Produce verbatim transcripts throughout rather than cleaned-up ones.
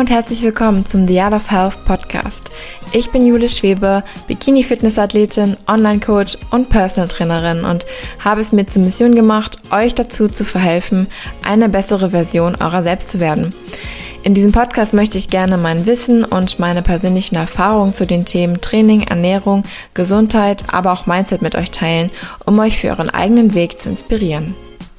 und herzlich willkommen zum The Art of Health Podcast. Ich bin Jule Schwebe, Bikini-Fitness-Athletin, Online-Coach und Personal-Trainerin und habe es mir zur Mission gemacht, euch dazu zu verhelfen, eine bessere Version eurer selbst zu werden. In diesem Podcast möchte ich gerne mein Wissen und meine persönlichen Erfahrungen zu den Themen Training, Ernährung, Gesundheit, aber auch Mindset mit euch teilen, um euch für euren eigenen Weg zu inspirieren.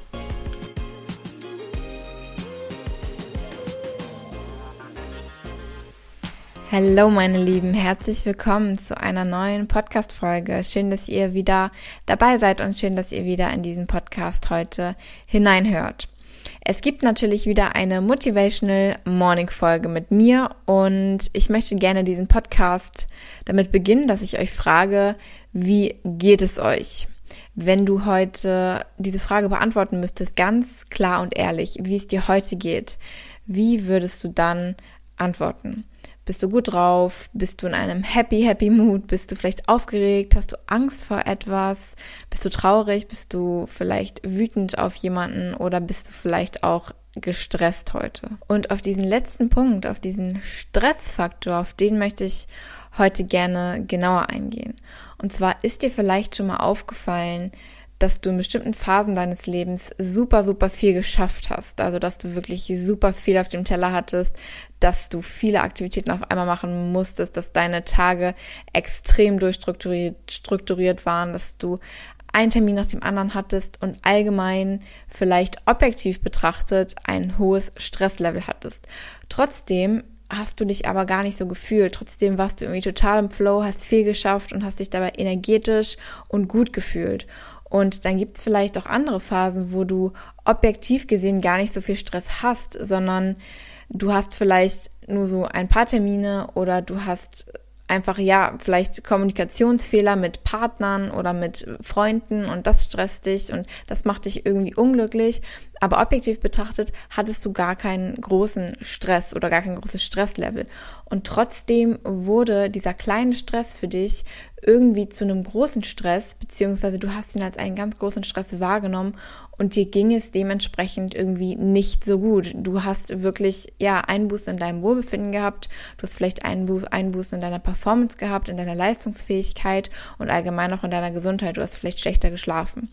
Hallo meine Lieben, herzlich willkommen zu einer neuen Podcast-Folge. Schön, dass ihr wieder dabei seid und schön, dass ihr wieder in diesen Podcast heute hineinhört. Es gibt natürlich wieder eine Motivational Morning Folge mit mir und ich möchte gerne diesen Podcast damit beginnen, dass ich euch frage, wie geht es euch? Wenn du heute diese Frage beantworten müsstest, ganz klar und ehrlich, wie es dir heute geht, wie würdest du dann antworten? Bist du gut drauf? Bist du in einem happy, happy Mood? Bist du vielleicht aufgeregt? Hast du Angst vor etwas? Bist du traurig? Bist du vielleicht wütend auf jemanden? Oder bist du vielleicht auch gestresst heute? Und auf diesen letzten Punkt, auf diesen Stressfaktor, auf den möchte ich heute gerne genauer eingehen. Und zwar ist dir vielleicht schon mal aufgefallen, dass du in bestimmten Phasen deines Lebens super, super viel geschafft hast. Also, dass du wirklich super viel auf dem Teller hattest, dass du viele Aktivitäten auf einmal machen musstest, dass deine Tage extrem durchstrukturiert strukturiert waren, dass du einen Termin nach dem anderen hattest und allgemein vielleicht objektiv betrachtet ein hohes Stresslevel hattest. Trotzdem hast du dich aber gar nicht so gefühlt. Trotzdem warst du irgendwie total im Flow, hast viel geschafft und hast dich dabei energetisch und gut gefühlt. Und dann gibt es vielleicht auch andere Phasen, wo du objektiv gesehen gar nicht so viel Stress hast, sondern du hast vielleicht nur so ein paar Termine oder du hast einfach, ja, vielleicht Kommunikationsfehler mit Partnern oder mit Freunden und das stresst dich und das macht dich irgendwie unglücklich. Aber objektiv betrachtet hattest du gar keinen großen Stress oder gar kein großes Stresslevel. Und trotzdem wurde dieser kleine Stress für dich irgendwie zu einem großen Stress, beziehungsweise du hast ihn als einen ganz großen Stress wahrgenommen und dir ging es dementsprechend irgendwie nicht so gut. Du hast wirklich, ja, Einbußen in deinem Wohlbefinden gehabt, du hast vielleicht Einbu- Einbußen in deiner Performance gehabt, in deiner Leistungsfähigkeit und allgemein auch in deiner Gesundheit. Du hast vielleicht schlechter geschlafen.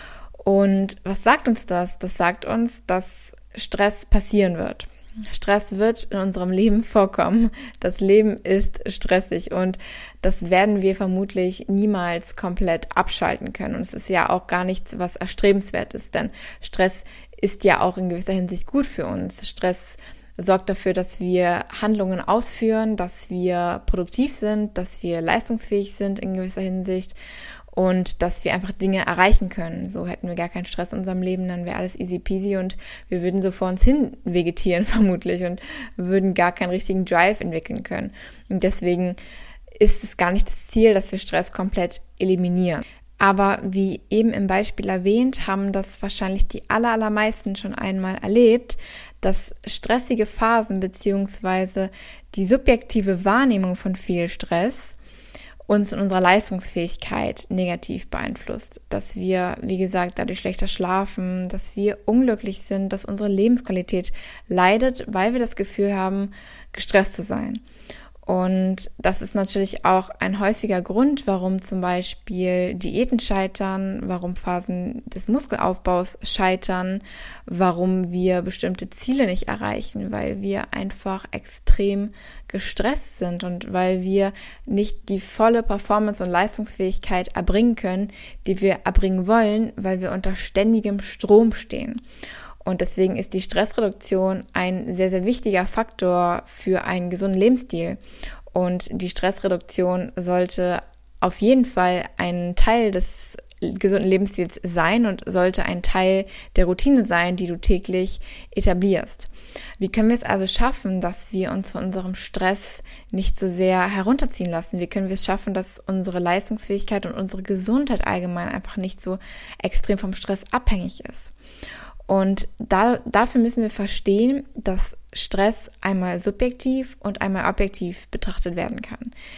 Und was sagt uns das? Das sagt uns, dass Stress passieren wird. Stress wird in unserem Leben vorkommen. Das Leben ist stressig und das werden wir vermutlich niemals komplett abschalten können. Und es ist ja auch gar nichts, was erstrebenswert ist, denn Stress ist ja auch in gewisser Hinsicht gut für uns. Stress sorgt dafür, dass wir Handlungen ausführen, dass wir produktiv sind, dass wir leistungsfähig sind in gewisser Hinsicht und dass wir einfach Dinge erreichen können. So hätten wir gar keinen Stress in unserem Leben, dann wäre alles easy peasy und wir würden so vor uns hin vegetieren vermutlich und würden gar keinen richtigen Drive entwickeln können. Und deswegen ist es gar nicht das Ziel, dass wir Stress komplett eliminieren. Aber wie eben im Beispiel erwähnt, haben das wahrscheinlich die aller, allermeisten schon einmal erlebt, dass stressige Phasen beziehungsweise die subjektive Wahrnehmung von viel Stress uns in unserer Leistungsfähigkeit negativ beeinflusst, dass wir, wie gesagt, dadurch schlechter schlafen, dass wir unglücklich sind, dass unsere Lebensqualität leidet, weil wir das Gefühl haben, gestresst zu sein. Und das ist natürlich auch ein häufiger Grund, warum zum Beispiel Diäten scheitern, warum Phasen des Muskelaufbaus scheitern, warum wir bestimmte Ziele nicht erreichen, weil wir einfach extrem gestresst sind und weil wir nicht die volle Performance und Leistungsfähigkeit erbringen können, die wir erbringen wollen, weil wir unter ständigem Strom stehen. Und deswegen ist die Stressreduktion ein sehr, sehr wichtiger Faktor für einen gesunden Lebensstil. Und die Stressreduktion sollte auf jeden Fall ein Teil des gesunden Lebensstils sein und sollte ein Teil der Routine sein, die du täglich etablierst. Wie können wir es also schaffen, dass wir uns von unserem Stress nicht so sehr herunterziehen lassen? Wie können wir es schaffen, dass unsere Leistungsfähigkeit und unsere Gesundheit allgemein einfach nicht so extrem vom Stress abhängig ist? Und da, dafür müssen wir verstehen, dass Stress einmal subjektiv und einmal objektiv betrachtet werden kann.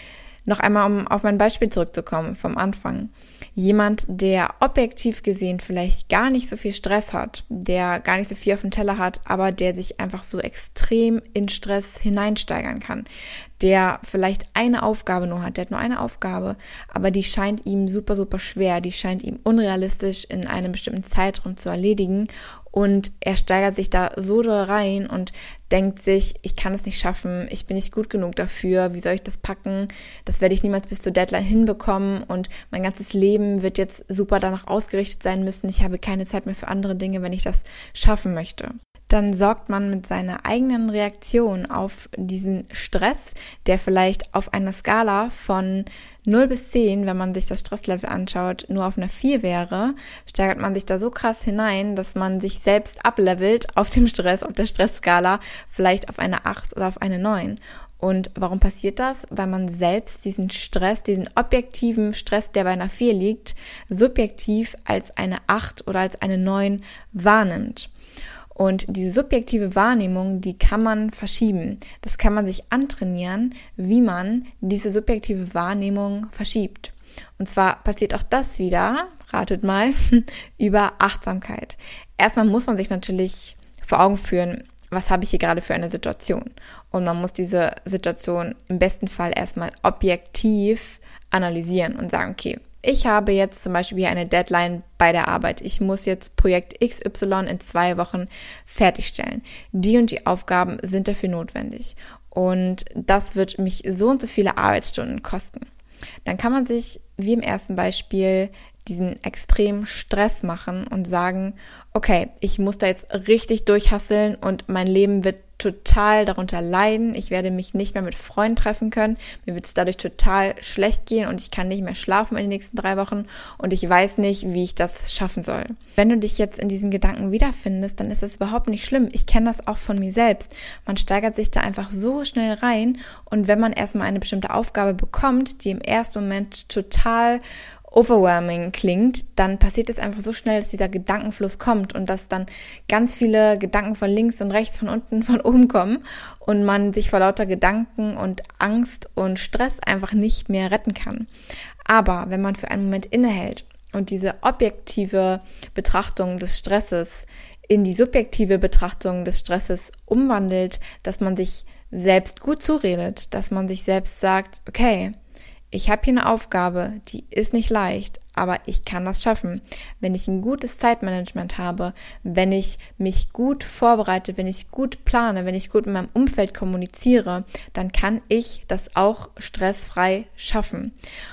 Noch einmal, um auf mein Beispiel zurückzukommen vom Anfang. Jemand, der objektiv gesehen vielleicht gar nicht so viel Stress hat, der gar nicht so viel auf dem Teller hat, aber der sich einfach so extrem in Stress hineinsteigern kann, der vielleicht eine Aufgabe nur hat, der hat nur eine Aufgabe, aber die scheint ihm super, super schwer, die scheint ihm unrealistisch in einem bestimmten Zeitraum zu erledigen und er steigert sich da so doll rein und denkt sich, ich kann es nicht schaffen, ich bin nicht gut genug dafür, wie soll ich das packen, das werde ich niemals bis zur Deadline hinbekommen und mein ganzes Leben wird jetzt super danach ausgerichtet sein müssen, ich habe keine Zeit mehr für andere Dinge, wenn ich das schaffen möchte. Dann sorgt man mit seiner eigenen Reaktion auf diesen Stress, der vielleicht auf einer Skala von null bis zehn, wenn man sich das Stresslevel anschaut, nur auf einer vier wäre, steigert man sich da so krass hinein, dass man sich selbst ablevelt auf dem Stress, auf der Stressskala, vielleicht auf eine acht oder auf eine neun. Und warum passiert das? Weil man selbst diesen Stress, diesen objektiven Stress, der bei einer vier liegt, subjektiv als eine acht oder als eine neun wahrnimmt. Und diese subjektive Wahrnehmung, die kann man verschieben. Das kann man sich antrainieren, wie man diese subjektive Wahrnehmung verschiebt. Und zwar passiert auch das wieder, ratet mal, über Achtsamkeit. Erstmal muss man sich natürlich vor Augen führen, was habe ich hier gerade für eine Situation? Und man muss diese Situation im besten Fall erstmal objektiv analysieren und sagen, okay, ich habe jetzt zum Beispiel hier eine Deadline bei der Arbeit. Ich muss jetzt Projekt X Y in zwei Wochen fertigstellen. Die und die Aufgaben sind dafür notwendig. Und das wird mich so und so viele Arbeitsstunden kosten. Dann kann man sich, wie im ersten Beispiel, diesen extremen Stress machen und sagen, okay, ich muss da jetzt richtig durchhasseln und mein Leben wird total darunter leiden. Ich werde mich nicht mehr mit Freunden treffen können. Mir wird es dadurch total schlecht gehen und ich kann nicht mehr schlafen in den nächsten drei Wochen und ich weiß nicht, wie ich das schaffen soll. Wenn du dich jetzt in diesen Gedanken wiederfindest, dann ist das überhaupt nicht schlimm. Ich kenne das auch von mir selbst. Man steigert sich da einfach so schnell rein und wenn man erstmal eine bestimmte Aufgabe bekommt, die im ersten Moment total overwhelming klingt, dann passiert es einfach so schnell, dass dieser Gedankenfluss kommt und dass dann ganz viele Gedanken von links und rechts, von unten, von oben kommen und man sich vor lauter Gedanken und Angst und Stress einfach nicht mehr retten kann. Aber wenn man für einen Moment innehält und diese objektive Betrachtung des Stresses in die subjektive Betrachtung des Stresses umwandelt, dass man sich selbst gut zuredet, dass man sich selbst sagt, okay, ich habe hier eine Aufgabe, die ist nicht leicht, aber ich kann das schaffen. Wenn ich ein gutes Zeitmanagement habe, wenn ich mich gut vorbereite, wenn ich gut plane, wenn ich gut mit meinem Umfeld kommuniziere, dann kann ich das auch stressfrei schaffen.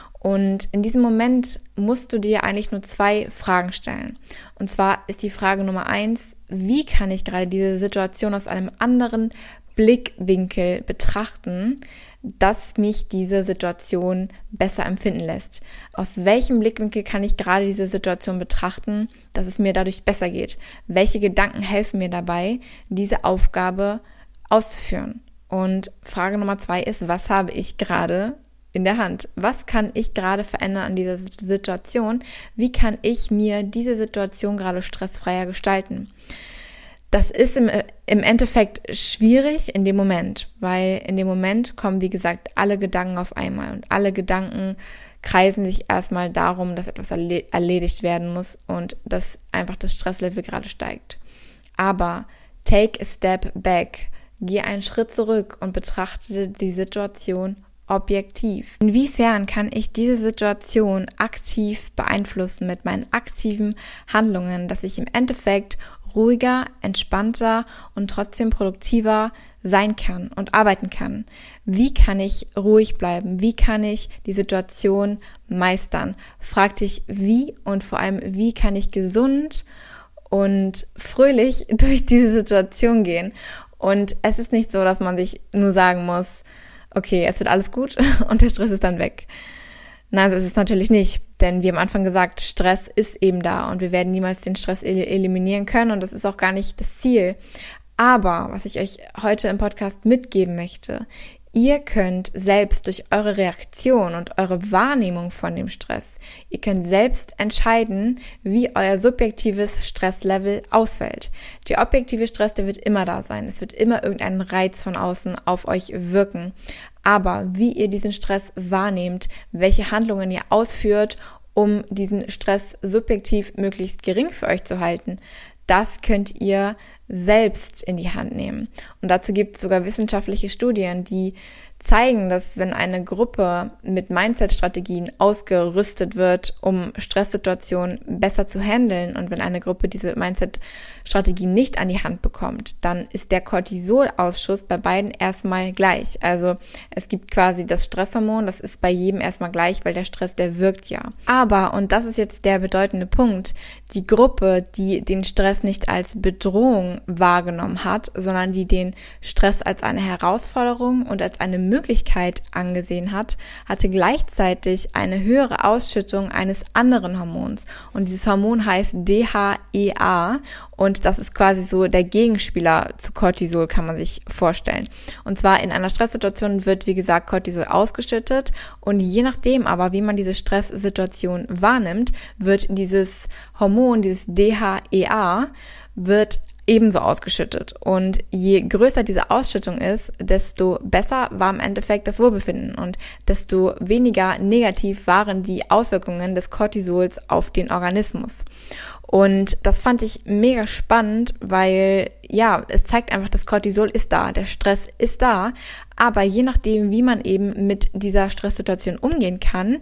Und in diesem Moment musst du dir eigentlich nur zwei Fragen stellen. Und zwar ist die Frage Nummer eins, wie kann ich gerade diese Situation aus einem anderen Blickwinkel betrachten, dass mich diese Situation besser empfinden lässt. Aus welchem Blickwinkel kann ich gerade diese Situation betrachten, dass es mir dadurch besser geht? Welche Gedanken helfen mir dabei, diese Aufgabe auszuführen? Und Frage Nummer zwei ist, was habe ich gerade in der Hand? Was kann ich gerade verändern an dieser Situation? Wie kann ich mir diese Situation gerade stressfreier gestalten? Das ist im, im Endeffekt schwierig in dem Moment, weil in dem Moment kommen, wie gesagt, alle Gedanken auf einmal und alle Gedanken kreisen sich erstmal darum, dass etwas erledigt werden muss und dass einfach das Stresslevel gerade steigt. Aber take a step back, geh einen Schritt zurück und betrachte die Situation objektiv. Inwiefern kann ich diese Situation aktiv beeinflussen mit meinen aktiven Handlungen, dass ich im Endeffekt ruhiger, entspannter und trotzdem produktiver sein kann und arbeiten kann? Wie kann ich ruhig bleiben? Wie kann ich die Situation meistern? Frag dich, wie und vor allem, wie kann ich gesund und fröhlich durch diese Situation gehen? Und es ist nicht so, dass man sich nur sagen muss, okay, es wird alles gut und der Stress ist dann weg. Nein, das ist es natürlich nicht, denn wie am Anfang gesagt, Stress ist eben da und wir werden niemals den Stress eliminieren können und das ist auch gar nicht das Ziel. Aber was ich euch heute im Podcast mitgeben möchte, ihr könnt selbst durch eure Reaktion und eure Wahrnehmung von dem Stress, ihr könnt selbst entscheiden, wie euer subjektives Stresslevel ausfällt. Der objektive Stress, der wird immer da sein. Es wird immer irgendein Reiz von außen auf euch wirken. Aber wie ihr diesen Stress wahrnehmt, welche Handlungen ihr ausführt, um diesen Stress subjektiv möglichst gering für euch zu halten, das könnt ihr selbst in die Hand nehmen. Und dazu gibt es sogar wissenschaftliche Studien, die zeigen, dass wenn eine Gruppe mit Mindset-Strategien ausgerüstet wird, um Stresssituationen besser zu handeln, und wenn eine Gruppe diese Mindset-Strategien nicht an die Hand bekommt, dann ist der Cortisol-Ausschuss bei beiden erstmal gleich. Also es gibt quasi das Stresshormon, das ist bei jedem erstmal gleich, weil der Stress, der wirkt ja. Aber, und das ist jetzt der bedeutende Punkt, die Gruppe, die den Stress nicht als Bedrohung wahrgenommen hat, sondern die den Stress als eine Herausforderung und als eine Möglichkeit angesehen hat, hatte gleichzeitig eine höhere Ausschüttung eines anderen Hormons. Und dieses Hormon heißt D H E A und das ist quasi so der Gegenspieler zu Cortisol, kann man sich vorstellen. Und zwar in einer Stresssituation wird, wie gesagt, Cortisol ausgeschüttet und je nachdem aber, wie man diese Stresssituation wahrnimmt, wird dieses Hormon, dieses D H E A, wird ebenso ausgeschüttet. Und je größer diese Ausschüttung ist, desto besser war im Endeffekt das Wohlbefinden und desto weniger negativ waren die Auswirkungen des Cortisols auf den Organismus. Und das fand ich mega spannend, weil ja, es zeigt einfach, das Cortisol ist da, der Stress ist da, aber je nachdem, wie man eben mit dieser Stresssituation umgehen kann,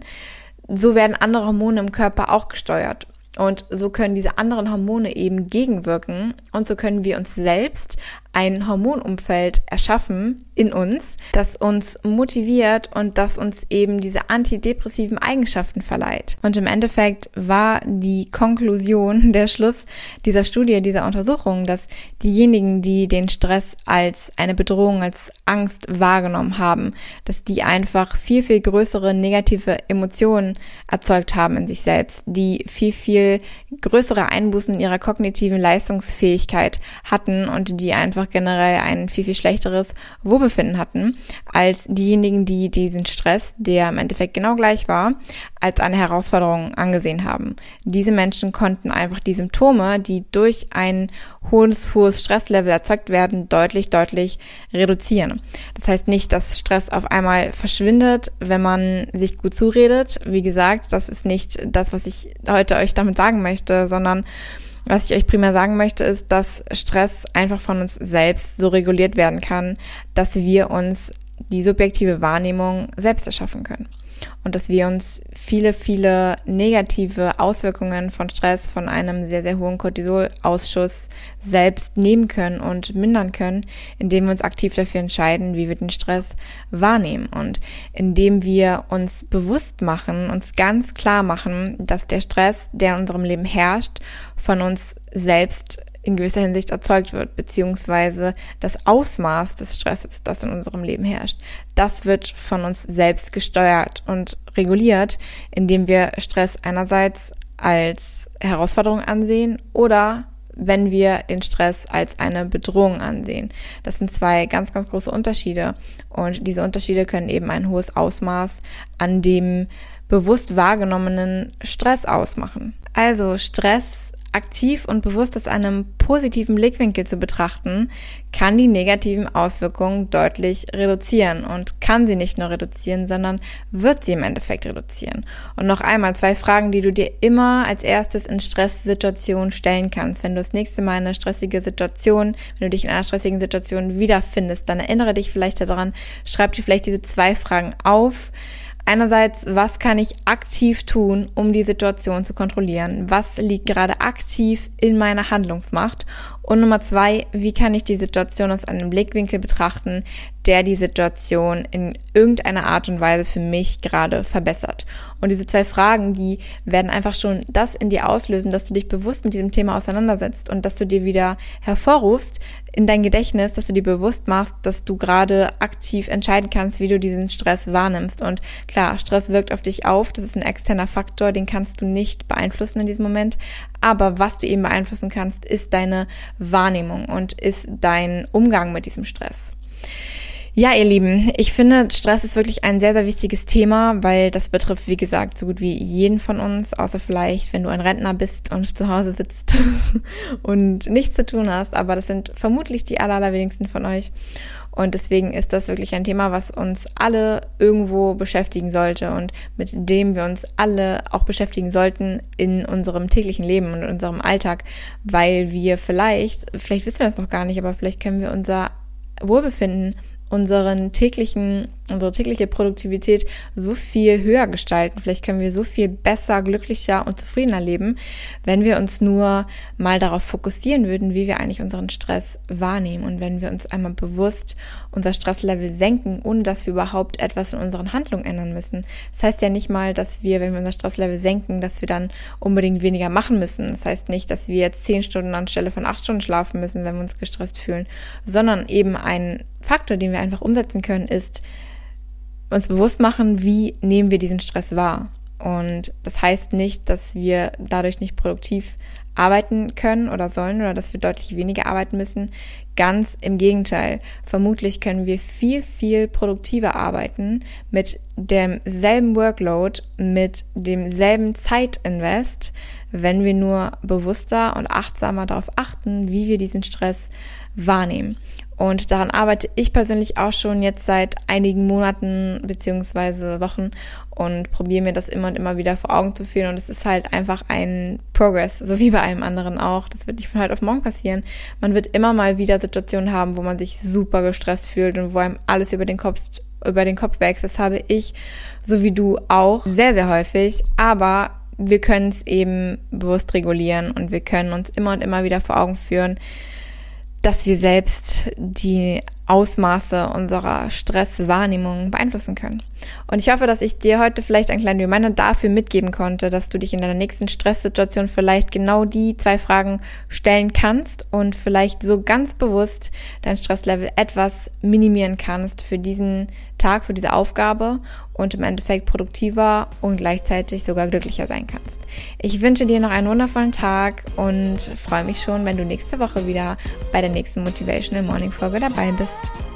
so werden andere Hormone im Körper auch gesteuert. Und so können diese anderen Hormone eben gegenwirken und so können wir uns selbst ein Hormonumfeld erschaffen in uns, das uns motiviert und das uns eben diese antidepressiven Eigenschaften verleiht. Und im Endeffekt war die Konklusion, der Schluss dieser Studie, dieser Untersuchung, dass diejenigen, die den Stress als eine Bedrohung, als Angst wahrgenommen haben, dass die einfach viel, viel größere negative Emotionen erzeugt haben in sich selbst, die viel, viel größere Einbußen ihrer kognitiven Leistungsfähigkeit hatten und die einfach generell ein viel, viel schlechteres Wohlbefinden hatten, als diejenigen, die diesen Stress, der im Endeffekt genau gleich war, als eine Herausforderung angesehen haben. Diese Menschen konnten einfach die Symptome, die durch ein hohes, hohes Stresslevel erzeugt werden, deutlich, deutlich reduzieren. Das heißt nicht, dass Stress auf einmal verschwindet, wenn man sich gut zuredet. Wie gesagt, das ist nicht das, was ich heute euch damit sagen möchte, sondern was ich euch primär sagen möchte, ist, dass Stress einfach von uns selbst so reguliert werden kann, dass wir uns die subjektive Wahrnehmung selbst erschaffen können. Und dass wir uns viele, viele negative Auswirkungen von Stress, von einem sehr, sehr hohen Cortisolausschuss selbst nehmen können und mindern können, indem wir uns aktiv dafür entscheiden, wie wir den Stress wahrnehmen. Und indem wir uns bewusst machen, uns ganz klar machen, dass der Stress, der in unserem Leben herrscht, von uns selbst in gewisser Hinsicht erzeugt wird, beziehungsweise das Ausmaß des Stresses, das in unserem Leben herrscht, das wird von uns selbst gesteuert und reguliert, indem wir Stress einerseits als Herausforderung ansehen oder wenn wir den Stress als eine Bedrohung ansehen. Das sind zwei ganz, ganz große Unterschiede und diese Unterschiede können eben ein hohes Ausmaß an dem bewusst wahrgenommenen Stress ausmachen. Also Stress aktiv und bewusst aus einem positiven Blickwinkel zu betrachten, kann die negativen Auswirkungen deutlich reduzieren und kann sie nicht nur reduzieren, sondern wird sie im Endeffekt reduzieren. Und noch einmal zwei Fragen, die du dir immer als erstes in Stresssituationen stellen kannst. Wenn du das nächste Mal eine stressige Situation, wenn du dich in einer stressigen Situation wiederfindest, dann erinnere dich vielleicht daran, schreib dir vielleicht diese zwei Fragen auf. Einerseits, was kann ich aktiv tun, um die Situation zu kontrollieren? Was liegt gerade aktiv in meiner Handlungsmacht? Und Nummer zwei, wie kann ich die Situation aus einem Blickwinkel betrachten, der die Situation in irgendeiner Art und Weise für mich gerade verbessert? Und diese zwei Fragen, die werden einfach schon das in dir auslösen, dass du dich bewusst mit diesem Thema auseinandersetzt und dass du dir wieder hervorrufst in dein Gedächtnis, dass du dir bewusst machst, dass du gerade aktiv entscheiden kannst, wie du diesen Stress wahrnimmst. Und klar, Stress wirkt auf dich auf, das ist ein externer Faktor, den kannst du nicht beeinflussen in diesem Moment. Aber was du eben beeinflussen kannst, ist deine Wahrnehmung und ist dein Umgang mit diesem Stress. Ja, ihr Lieben, ich finde, Stress ist wirklich ein sehr, sehr wichtiges Thema, weil das betrifft, wie gesagt, so gut wie jeden von uns, außer vielleicht, wenn du ein Rentner bist und zu Hause sitzt und nichts zu tun hast, aber das sind vermutlich die aller, allerwenigsten von euch. Und deswegen ist das wirklich ein Thema, was uns alle irgendwo beschäftigen sollte und mit dem wir uns alle auch beschäftigen sollten in unserem täglichen Leben und in unserem Alltag, weil wir vielleicht, vielleicht wissen wir das noch gar nicht, aber vielleicht können wir unser Wohlbefinden, unseren täglichen, unsere tägliche Produktivität so viel höher gestalten. Vielleicht können wir so viel besser, glücklicher und zufriedener leben, wenn wir uns nur mal darauf fokussieren würden, wie wir eigentlich unseren Stress wahrnehmen und wenn wir uns einmal bewusst unser Stresslevel senken, ohne dass wir überhaupt etwas in unseren Handlungen ändern müssen. Das heißt ja nicht mal, dass wir, wenn wir unser Stresslevel senken, dass wir dann unbedingt weniger machen müssen. Das heißt nicht, dass wir jetzt zehn Stunden anstelle von acht Stunden schlafen müssen, wenn wir uns gestresst fühlen, sondern eben ein Faktor, den wir einfach umsetzen können, ist uns bewusst machen, wie nehmen wir diesen Stress wahr. Und das heißt nicht, dass wir dadurch nicht produktiv arbeiten können oder sollen oder dass wir deutlich weniger arbeiten müssen. Ganz im Gegenteil. Vermutlich können wir viel, viel produktiver arbeiten mit demselben Workload, mit demselben Zeitinvest, wenn wir nur bewusster und achtsamer darauf achten, wie wir diesen Stress wahrnehmen. Und daran arbeite ich persönlich auch schon jetzt seit einigen Monaten beziehungsweise Wochen und probiere mir das immer und immer wieder vor Augen zu führen. Und es ist halt einfach ein Progress, so wie bei einem anderen auch. Das wird nicht von heute auf morgen passieren. Man wird immer mal wieder Situationen haben, wo man sich super gestresst fühlt und wo einem alles über den Kopf über den Kopf wächst. Das habe ich, so wie du auch, sehr, sehr häufig. Aber wir können es eben bewusst regulieren und wir können uns immer und immer wieder vor Augen führen, dass wir selbst die Ausmaße unserer Stresswahrnehmung beeinflussen können. Und ich hoffe, dass ich dir heute vielleicht einen kleinen Reminder dafür mitgeben konnte, dass du dich in deiner nächsten Stresssituation vielleicht genau die zwei Fragen stellen kannst und vielleicht so ganz bewusst dein Stresslevel etwas minimieren kannst für diesen Tag, für diese Aufgabe und im Endeffekt produktiver und gleichzeitig sogar glücklicher sein kannst. Ich wünsche dir noch einen wundervollen Tag und freue mich schon, wenn du nächste Woche wieder bei der nächsten Motivational Morning Folge dabei bist.